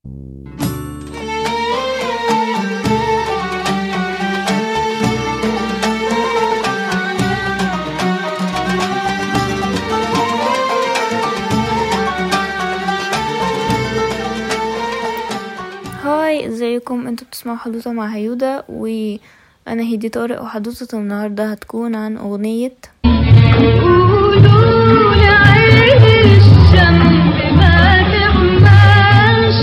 هاي، ازيكم؟ انتوا بتسمعوا حدوثة مع هيودا، وانا هدي طارق. وحدوثة النهاردة هتكون عن اغنية قولوا لعين الشمس ما تغماش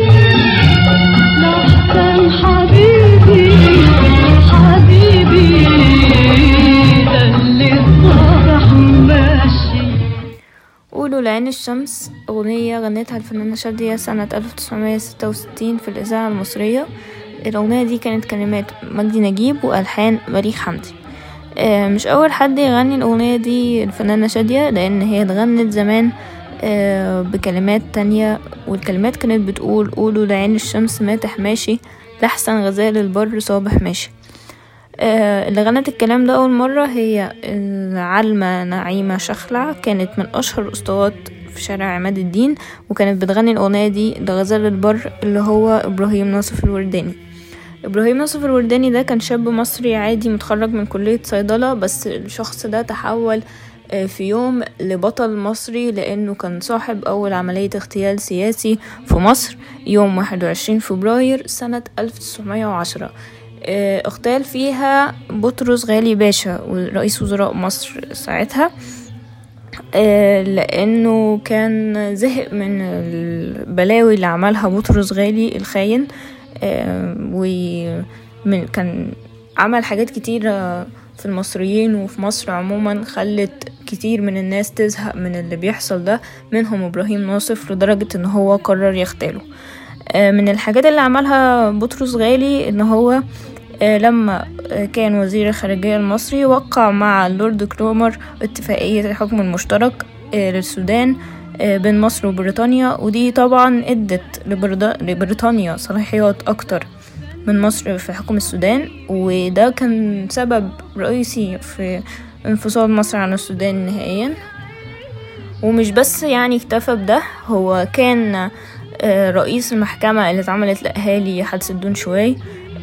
لحسن حبيبي حبيبي ده اللي الصبح ماشي. قولوا لعين الشمس، اغنية غنتها الفنانة شادية سنة 1966 في الاذاعة المصرية. الاغنية دي كانت كلمات مجدي نجيب والحان بليغ حمدي. مش اول حد يغني الاغنية دي الفنانة شادية، لان هي اتغنت زمان بكلمات تانية، والكلمات كانت بتقول: قولوا لعين الشمس ما تحماشي لحسن غزال البر صابح ماشي. اللي غنت الكلام ده اول مرة هي العالمة نعيمة شخلع، كانت من اشهر اسطوات في شارع عماد الدين، وكانت بتغني الاغنية دي لغزال البر اللي هو ابراهيم ناصف الورداني. ابراهيم ناصف الورداني ده كان شاب مصري عادي متخرج من كلية صيدلة، بس الشخص ده تحول في يوم لبطل مصري، لانه كان صاحب اول عملية اغتيال سياسي في مصر يوم 21 فبراير سنة 1910. اغتيال فيها بطرس غالي باشا ورئيس وزراء مصر ساعتها، لانه كان زهق من البلاوي اللي عملها بطرس غالي الخاين، كان عمل حاجات كتير في المصريين وفي مصر عموما خلت كتير من الناس تزهق من اللي بيحصل ده، منهم ابراهيم ناصف، لدرجة ان هو قرر يغتاله. من الحاجات اللي عملها بطرس غالي ان هو لما كان وزير الخارجية المصري وقع مع اللورد كرومر اتفاقية الحكم المشترك للسودان بين مصر وبريطانيا، ودي طبعا ادت لبريطانيا صلاحيات اكتر من مصر في حكم السودان، وده كان سبب رئيسي في انفصال مصر عن السودان نهائيا. ومش بس يعني اكتفى بده، هو كان رئيس المحكمة اللي اتعملت لأهالي حادثة دون شواي،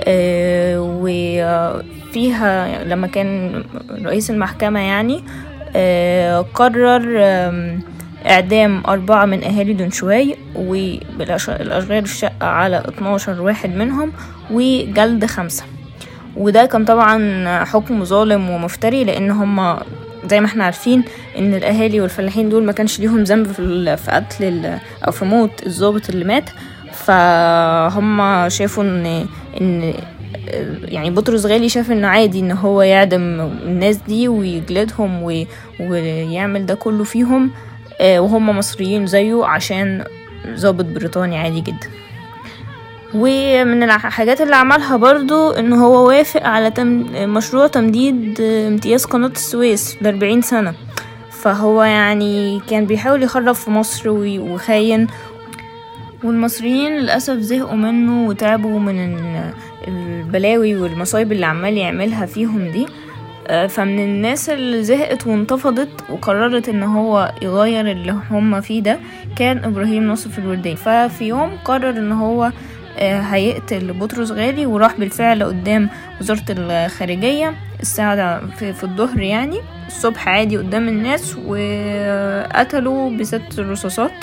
وفيها لما كان رئيس المحكمة يعني قرر اعدام 4 من اهالي دون شواي، وبالاشغال الشقة على 12 واحد منهم، وجلد 5. وده كان طبعا حكم ظالم ومفتري، لان هم زي ما احنا عارفين ان الاهالي والفلاحين دول ما كانش ليهم ذنب في قتل او في موت الضابط اللي مات. فهم شافوا ان يعني بطرس غالي شاف انه عادي ان هو يعدم الناس دي ويجلدهم ويعمل ده كله فيهم، وهم مصريين زيه عشان ضابط بريطاني عادي جدا. ومن الحاجات اللي عملها برضو ان هو وافق على مشروع تمديد امتياز قناة السويس ل40 سنة. فهو يعني كان بيحاول يخرب في مصر وخاين، والمصريين للأسف زهقوا منه وتعبوا من البلاوي والمصايب اللي عمال يعملها فيهم دي. فمن الناس اللي زهقت وانتفضت وقررت ان هو يغير اللي هم فيه ده كان ابراهيم ناصف الورداني. ففي يوم قرر ان هو هيقتل بطرس غالي، وراح بالفعل قدام وزارة الخارجية الساعة في الظهر، يعني الصبح عادي قدام الناس، وقتلوا ب6 رصاصات.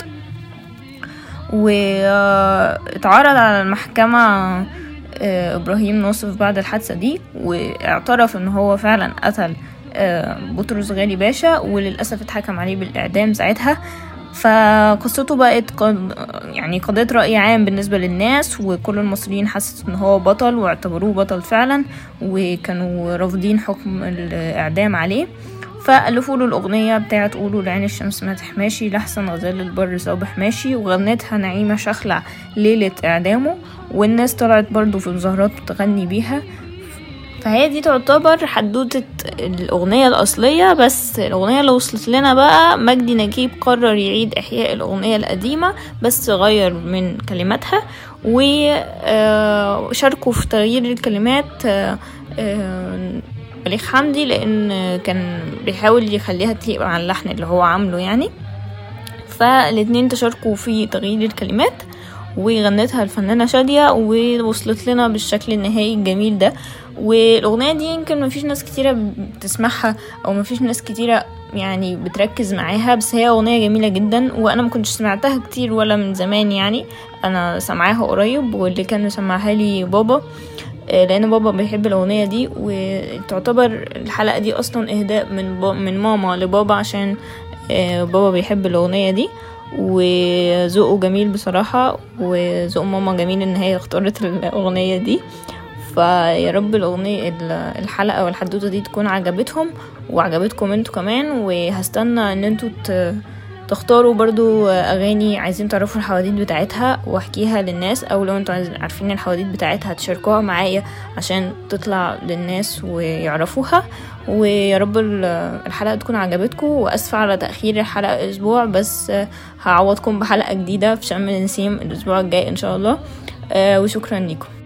واتعرض على المحكمة ابراهيم ناصف بعد الحادثة دي، واعترف ان هو فعلا قتل بطرس غالي باشا، وللأسف اتحكم عليه بالإعدام ساعتها. فقصته بقت يعني قضية رأي عام بالنسبة للناس، وكل المصريين حسوا ان هو بطل واعتبروه بطل فعلا، وكانوا رافضين حكم الإعدام عليه. فألفوا له الأغنية بتاعت قولوا لعين الشمس ما تحماشي لحسن غزال البر صابح ماشي، وغنتها نعيمة شخلع ليلة إعدامه، والناس طلعت برضو في مظاهرات بتغني بيها. فهي دي تعتبر حدوتة الأغنية الأصلية. بس الأغنية اللي وصلت لنا بقى مجدي نجيب قرر يعيد إحياء الأغنية القديمة، بس غير من كلماتها، وشاركوا في تغيير الكلمات بليغ حمدي، لأن كان بيحاول يخليها تليق مع اللحن اللي هو عامله يعني. فالاتنين تشاركوا في تغيير الكلمات، وغنتها الفنانة شادية ووصلت لنا بالشكل النهائي الجميل ده. والأغنية دي يمكن مفيش ناس كتيرة بتسمعها أو مفيش ناس كتيرة يعني بتركز معاها، بس هي أغنية جميلة جدا وأنا مكنتش سمعتها كتير ولا من زمان، يعني أنا سمعاها قريب واللي كان سمعها لي بابا، لأن بابا بيحب الأغنية دي. وتعتبر الحلقة دي أصلا إهداء من ماما لبابا عشان بابا بيحب الأغنية دي وذوقه جميل بصراحة، وذوق ماما جميل إن هي اختارت الأغنية دي. فيا رب الحلقة والحدوتة دي تكون عجبتهم وعجبتكم انتوا كمان، وهستنى ان انتوا تختاروا برضو اغاني عايزين تعرفوا الحواديت بتاعتها واحكيها للناس، او لو انتوا عارفين الحواديت بتاعتها تشاركوها معايا عشان تطلع للناس ويعرفوها. ويا رب الحلقة تكون عجبتكم، واسفة على تأخير الحلقة اسبوع، بس هعوضكم بحلقة جديدة في شم النسيم الاسبوع الجاي ان شاء الله. وشكرا لكم.